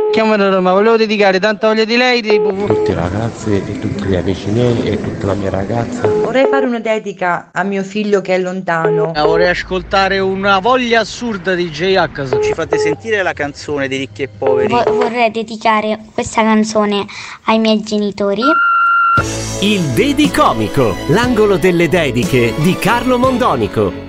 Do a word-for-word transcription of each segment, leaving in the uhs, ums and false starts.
chiamata Roma, volevo dedicare tanta voglia di lei di... tutte le ragazze e tutti gli amici miei e tutta la mia ragazza. Vorrei fare una dedica a mio figlio che è lontano. Vorrei ascoltare una voglia assurda di J-H. Ci fate sentire la canzone dei ricchi e poveri? Vo- vorrei dedicare questa canzone ai miei genitori. Il Dedicomico, l'angolo delle dediche di Carlo Mondonico.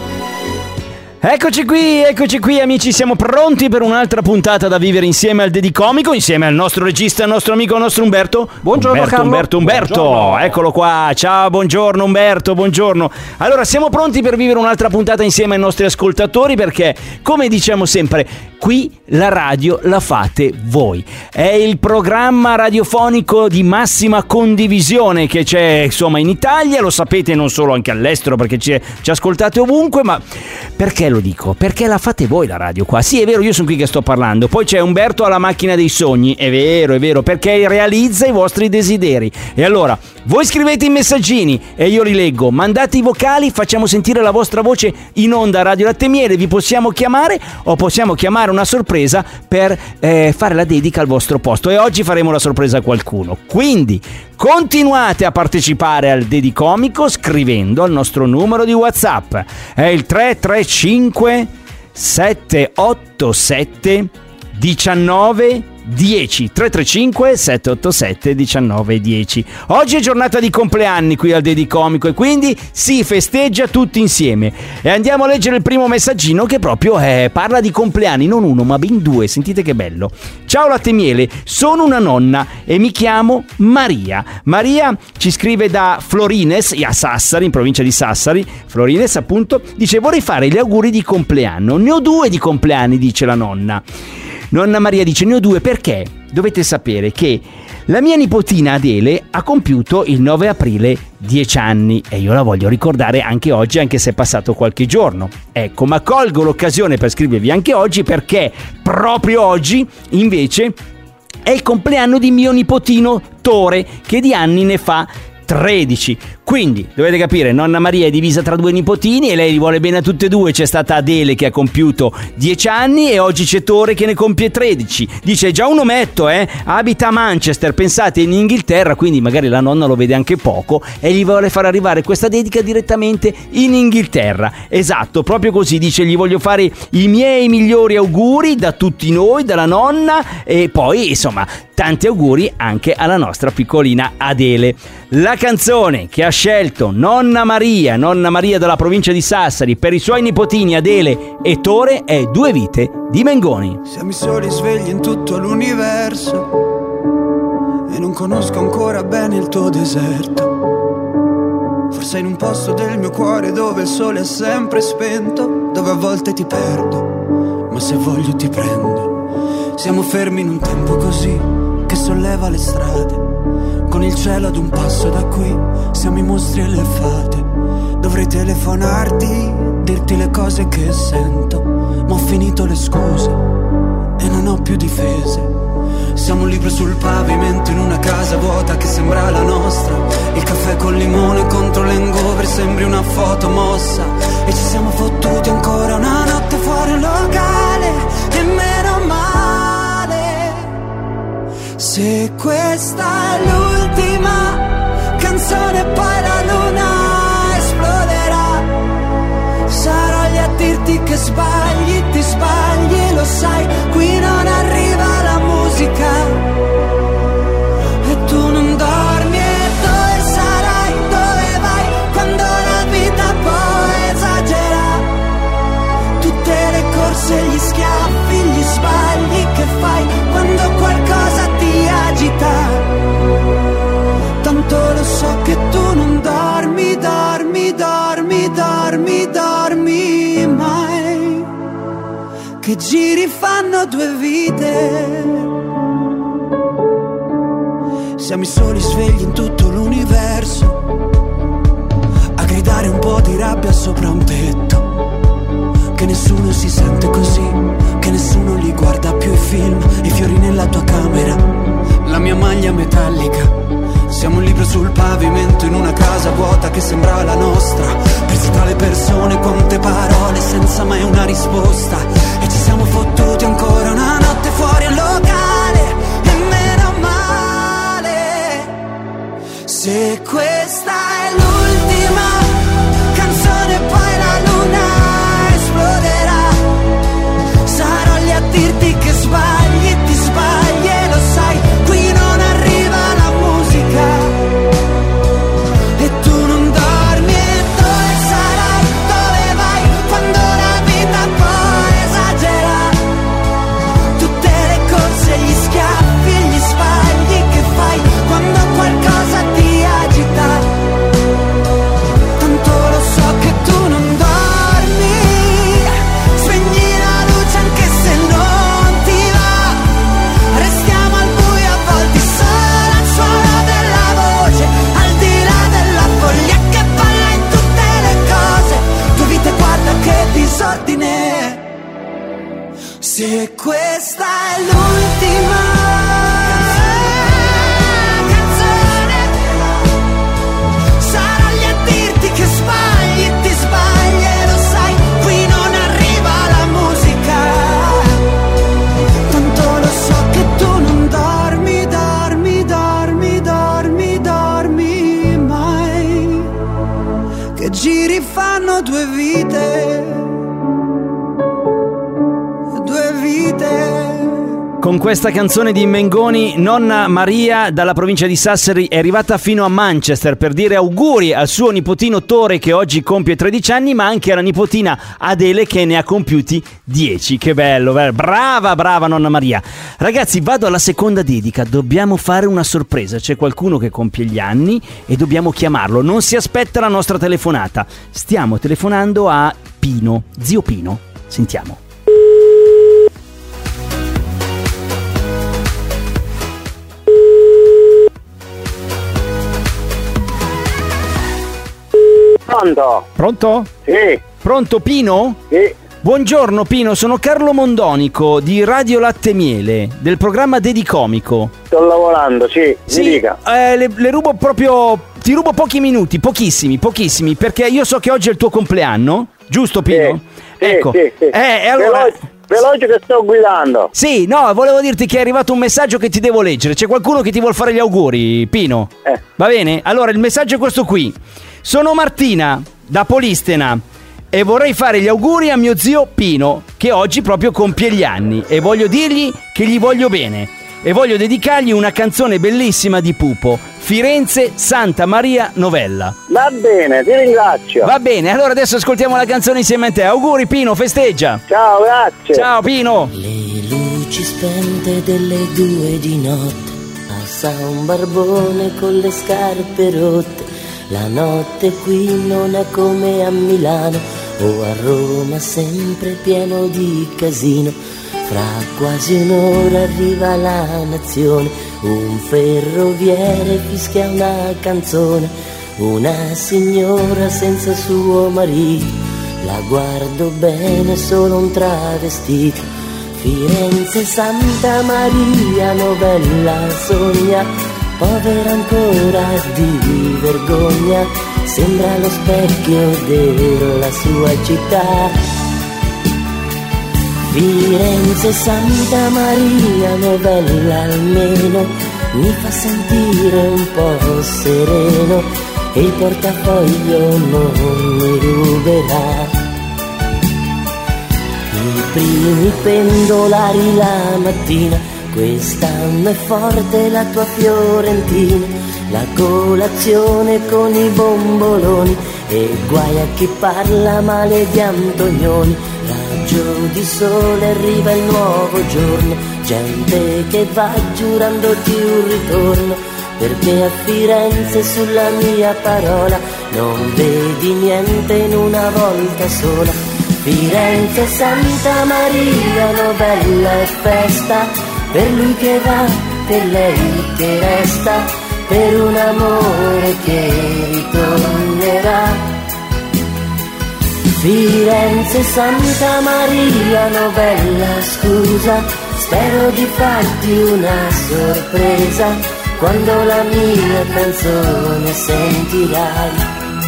Eccoci qui, eccoci qui amici, siamo pronti per un'altra puntata da vivere insieme al Dedicomico, insieme al nostro regista, al nostro amico, al nostro Umberto. Buongiorno Umberto, Carlo. Umberto, Umberto, Buongiorno. Eccolo qua, ciao, buongiorno Umberto, buongiorno. Allora, siamo pronti per vivere un'altra puntata insieme ai nostri ascoltatori perché, come diciamo sempre, qui la radio la fate voi. È il programma radiofonico di massima condivisione che c'è, insomma, in Italia, lo sapete, non solo, anche all'estero perché ci, ci ascoltate ovunque, ma perché lo dico? Perché la fate voi la radio qua. Sì, è vero, io sono qui che sto parlando. Poi c'è Umberto alla macchina dei sogni. È vero, è vero, perché realizza i vostri desideri. E allora, voi scrivete i messaggini e io li leggo. Mandate i vocali, facciamo sentire la vostra voce in onda a Radio Latte e Miele. Vi possiamo chiamare o possiamo chiamare una sorpresa per eh, fare la dedica al vostro posto. E oggi faremo la sorpresa a qualcuno. Quindi continuate a partecipare al Dedicomico scrivendo al nostro numero di WhatsApp. È il tre tre cinque sette otto sette diciannove dieci tre tre cinque sette otto sette diciannove dieci. Oggi è giornata di compleanni qui al Dedicomico e quindi si festeggia tutti insieme. E andiamo a leggere il primo messaggino che proprio è, parla di compleanni, non uno ma ben due. Sentite che bello. Ciao Latte e Miele, sono una nonna e mi chiamo Maria. Maria ci scrive da Florines, a Sassari, in provincia di Sassari. Florines appunto, dice: vorrei fare gli auguri di compleanno. Ne ho due di compleanni, dice la nonna. Nonna Maria dice: ne ho due perché dovete sapere che la mia nipotina Adele ha compiuto il nove aprile dieci anni e io la voglio ricordare anche oggi, anche se è passato qualche giorno. Ecco, ma colgo l'occasione per scrivervi anche oggi perché proprio oggi invece è il compleanno di mio nipotino Tore, che di anni ne fa tredici. Quindi dovete capire, nonna Maria è divisa tra due nipotini e lei li vuole bene a tutte e due. C'è stata Adele che ha compiuto dieci anni e oggi c'è Tore che ne compie tredici. Dice: già un ometto, eh? Abita a Manchester, pensate, in Inghilterra, quindi magari la nonna lo vede anche poco e gli vuole far arrivare questa dedica direttamente in Inghilterra. Esatto, proprio così, dice: gli voglio fare i miei migliori auguri da tutti noi, dalla nonna, e poi insomma tanti auguri anche alla nostra piccolina Adele. La canzone che ha scelto nonna Maria, nonna Maria della provincia di Sassari, per i suoi nipotini Adele e Tore è Due vite di Mengoni. Siamo i soli svegli in tutto l'universo e non conosco ancora bene il tuo deserto. Forse in un posto del mio cuore dove il sole è sempre spento, dove a volte ti perdo, ma se voglio ti prendo. Siamo fermi in un tempo così che solleva le strade, con il cielo ad un passo da qui, siamo i mostri e le fate. Dovrei telefonarti, dirti le cose che sento, ma ho finito le scuse e non ho più difese. Siamo un libro sul pavimento in una casa vuota che sembra la nostra. Il caffè col limone contro l'hangover sembri una foto mossa. E ci siamo fottuti ancora una notte fuori un locale, e meno male. Se questa è l'ultima canzone poi la luna esploderà, sarò lì a dirti che sbagli, ti sbagli, lo sai, qui non arriva la musica e tu non dormi. E dove sarai, dove vai, quando la vita poi esagera, tutte le corse, gli schiaffi, gli sbagli che fai quando qualcosa ti agita. Tanto lo so che tu non dormi, dormi, dormi, dormi, dormi mai, che giri fanno due vite. Siamo i soli svegli in tutto l'universo, a gridare un po' di rabbia sopra un tetto, che nessuno si sente così, che nessuno li guarda più i film, i fiori nella tua camera, la mia maglia metallica. Siamo un libro sul pavimento in una casa vuota che sembra la nostra, persi tra le persone, quante parole senza mai una risposta. E ci siamo fottuti ancora una notte fuori al locale, Con questa canzone di Mengoni, nonna Maria dalla provincia di Sassari è arrivata fino a Manchester per dire auguri al suo nipotino Tore che oggi compie tredici anni, ma anche alla nipotina Adele che ne ha compiuti dieci. Che bello, brava, brava nonna Maria. Ragazzi, vado alla seconda dedica, dobbiamo fare una sorpresa, c'è qualcuno che compie gli anni e dobbiamo chiamarlo, non si aspetta la nostra telefonata. Stiamo telefonando a Pino, zio Pino, sentiamo. Pronto? Pronto? Sì. Pronto Pino? Sì. Buongiorno Pino, sono Carlo Mondonico di Radio Latte Miele, del programma Dedicomico. Sto lavorando, sì, sì mi dica. Eh, le, le rubo proprio, ti rubo pochi minuti, pochissimi, pochissimi, perché io so che oggi è il tuo compleanno, giusto Pino? Sì, ecco. sì, sì. Eh, e allora... Veloce, veloce che sto guidando. Sì, no, volevo dirti che è arrivato un messaggio che ti devo leggere, c'è qualcuno che ti vuol fare gli auguri, Pino? Eh. Va bene? Allora, il messaggio è questo qui. Sono Martina, da Polistena, e vorrei fare gli auguri a mio zio Pino, che oggi proprio compie gli anni, e voglio dirgli che gli voglio bene, e voglio dedicargli una canzone bellissima di Pupo, Firenze Santa Maria Novella. Va bene, ti ringrazio. Va bene, allora adesso ascoltiamo la canzone insieme a te. Auguri Pino, festeggia. Ciao, grazie. Ciao Pino. Le luci spente delle due di notte, passa un barbone con le scarpe rotte. La notte qui non è come a Milano o a Roma, sempre pieno di casino. Fra quasi un'ora arriva la nazione, un ferroviere fischia una canzone, una signora senza suo marito, la guardo bene, solo un travestito. Firenze Santa Maria Novella sogna, povera ancora di vergogna, sembra lo specchio della sua città. Firenze Santa Maria Novella almeno mi fa sentire un po' sereno, e il portafoglio non mi ruberà. I primi pendolari la mattina, quest'anno è forte la tua Fiorentina, la colazione con i bomboloni, e guai a chi parla male di Antonioni. Raggio di sole, arriva il nuovo giorno, gente che va giurandoti un ritorno, perché a Firenze sulla mia parola non vedi niente in una volta sola. Firenze Santa Maria Novella è festa, per lui che va, per lei che resta, per un amore che ritornerà. Firenze Santa Maria Novella, scusa, spero di farti una sorpresa quando la mia canzone sentirai.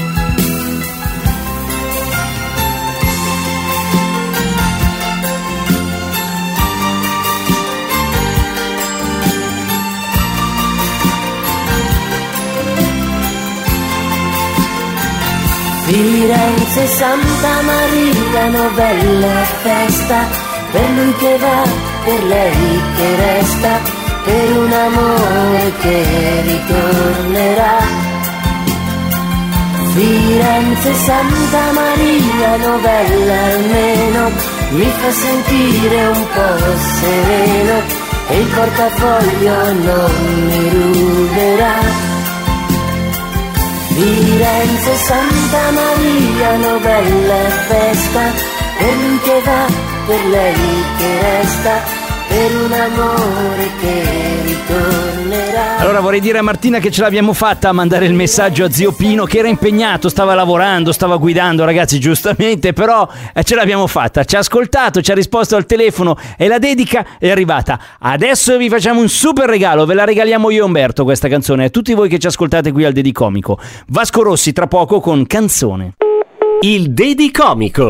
Firenze Santa Maria Novella festa, per lui che va, per lei che resta, per un amore che ritornerà. Firenze Santa Maria Novella almeno mi fa sentire un po' sereno, e il portafoglio non mi ruberà. Firenze Santa Maria Novella è festa, per lui che va, per lei che resta, per un amore che ritornerà. Allora vorrei dire a Martina che ce l'abbiamo fatta a mandare il messaggio a zio Pino, che era impegnato, stava lavorando, stava guidando, ragazzi, giustamente, però eh, ce l'abbiamo fatta, ci ha ascoltato, ci ha risposto al telefono e la dedica è arrivata. Adesso vi facciamo un super regalo, ve la regaliamo io e Umberto questa canzone, a tutti voi che ci ascoltate qui al Dedicomico. Vasco Rossi tra poco con Canzone. Il Dedicomico.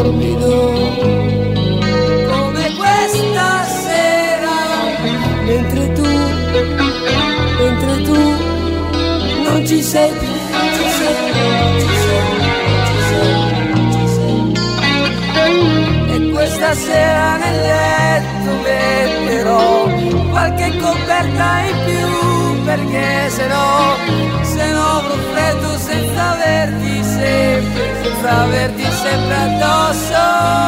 morbido come questa sera, mentre tu, mentre tu non ci sei più, non ci sei, non ci sei, non ci sei, non ci sei. E questa sera nel letto metterò qualche coperta in più, perché se no, se no avrò freddo senza averti sempre, senza averti sempre addosso.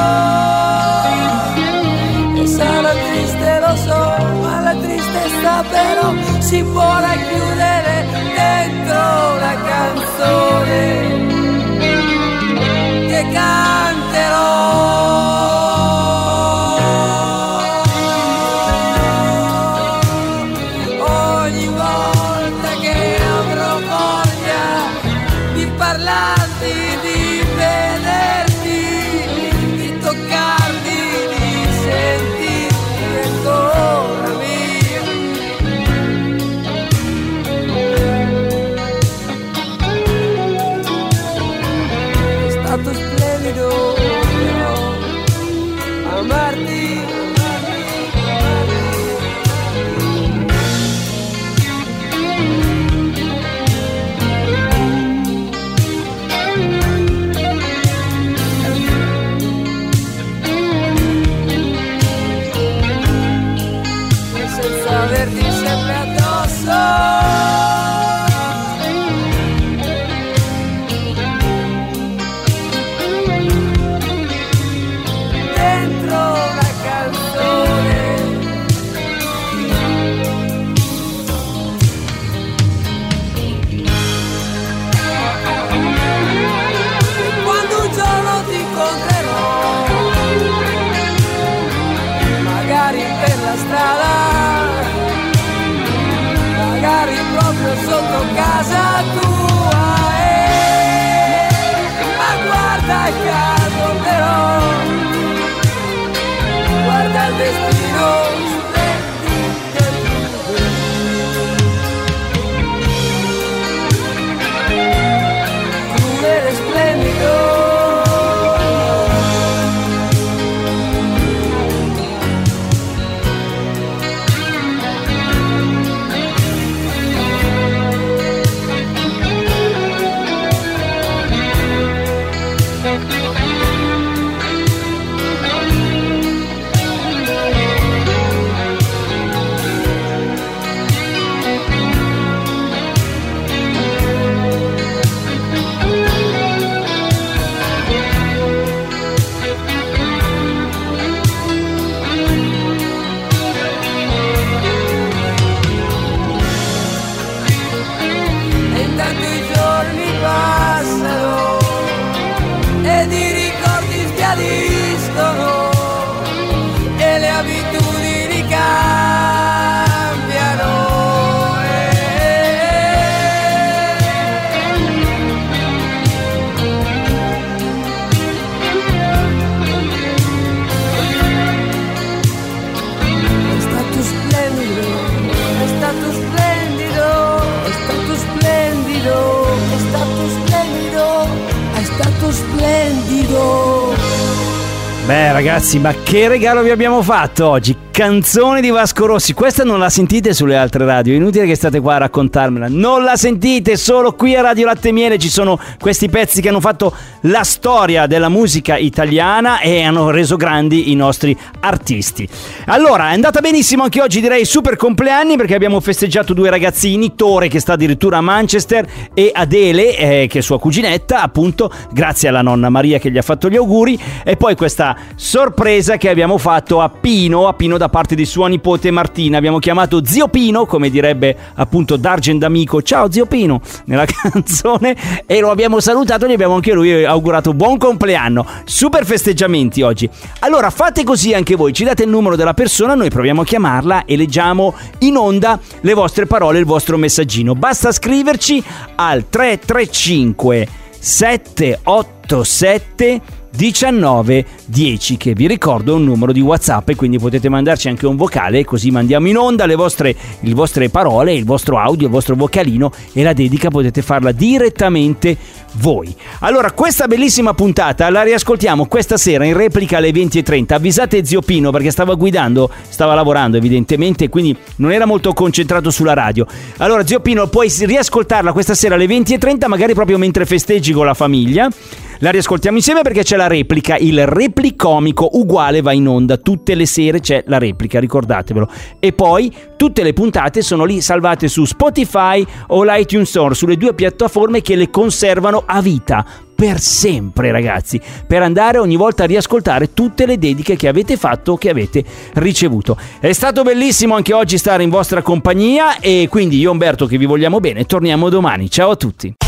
E sarà triste, lo so, ma la tristezza però si può racchiudere dentro una canzone che canterò. Sotto casa tua, eh, ma guarda caso però, guarda il destino crudele e splendido. E le abitudini cambiano, è stato splendido, è stato splendido, è stato splendido, è stato splendido, è stato splendido. Beh ragazzi, ma che regalo vi abbiamo fatto oggi? Canzone di Vasco Rossi. Questa non la sentite sulle altre radio, inutile che state qua a raccontarmela. Non la sentite, solo qui a Radio Latte e Miele ci sono questi pezzi che hanno fatto la storia della musica italiana e hanno reso grandi i nostri artisti. Allora, è andata benissimo anche oggi, direi super compleanni, perché abbiamo festeggiato due ragazzini, Tore che sta addirittura a Manchester e Adele eh, che è sua cuginetta, appunto, grazie alla nonna Maria che gli ha fatto gli auguri, e poi questa sorpresa che abbiamo fatto a Pino, a Pino da parte di sua nipote Martina. Abbiamo chiamato Zio Pino, come direbbe appunto D'Argent D'Amico, ciao Zio Pino, nella canzone, e lo abbiamo salutato, gli abbiamo anche lui augurato buon compleanno. Super festeggiamenti oggi. Allora fate così anche voi, ci date il numero della persona, noi proviamo a chiamarla e leggiamo in onda le vostre parole, il vostro messaggino. Basta scriverci al tre tre cinque sette otto sette diciannove dieci, che vi ricordo è un numero di WhatsApp, e quindi potete mandarci anche un vocale, così mandiamo in onda le vostre, le vostre parole, il vostro audio, il vostro vocalino, e la dedica potete farla direttamente voi. Allora, questa bellissima puntata la riascoltiamo questa sera in replica alle venti e trenta. Avvisate zio Pino perché stava guidando, stava lavorando evidentemente, quindi non era molto concentrato sulla radio. Allora, zio Pino, puoi riascoltarla questa sera alle venti e trenta, magari proprio mentre festeggi con la famiglia. La riascoltiamo insieme perché c'è la replica, il replicomico uguale va in onda tutte le sere, c'è la replica, ricordatevelo. E poi tutte le puntate sono lì salvate su Spotify o l'iTunes Store, sulle due piattaforme che le conservano a vita per sempre, ragazzi, per andare ogni volta a riascoltare tutte le dediche che avete fatto o che avete ricevuto. È stato bellissimo anche oggi stare in vostra compagnia e quindi io, Umberto, che vi vogliamo bene, torniamo domani. Ciao a tutti.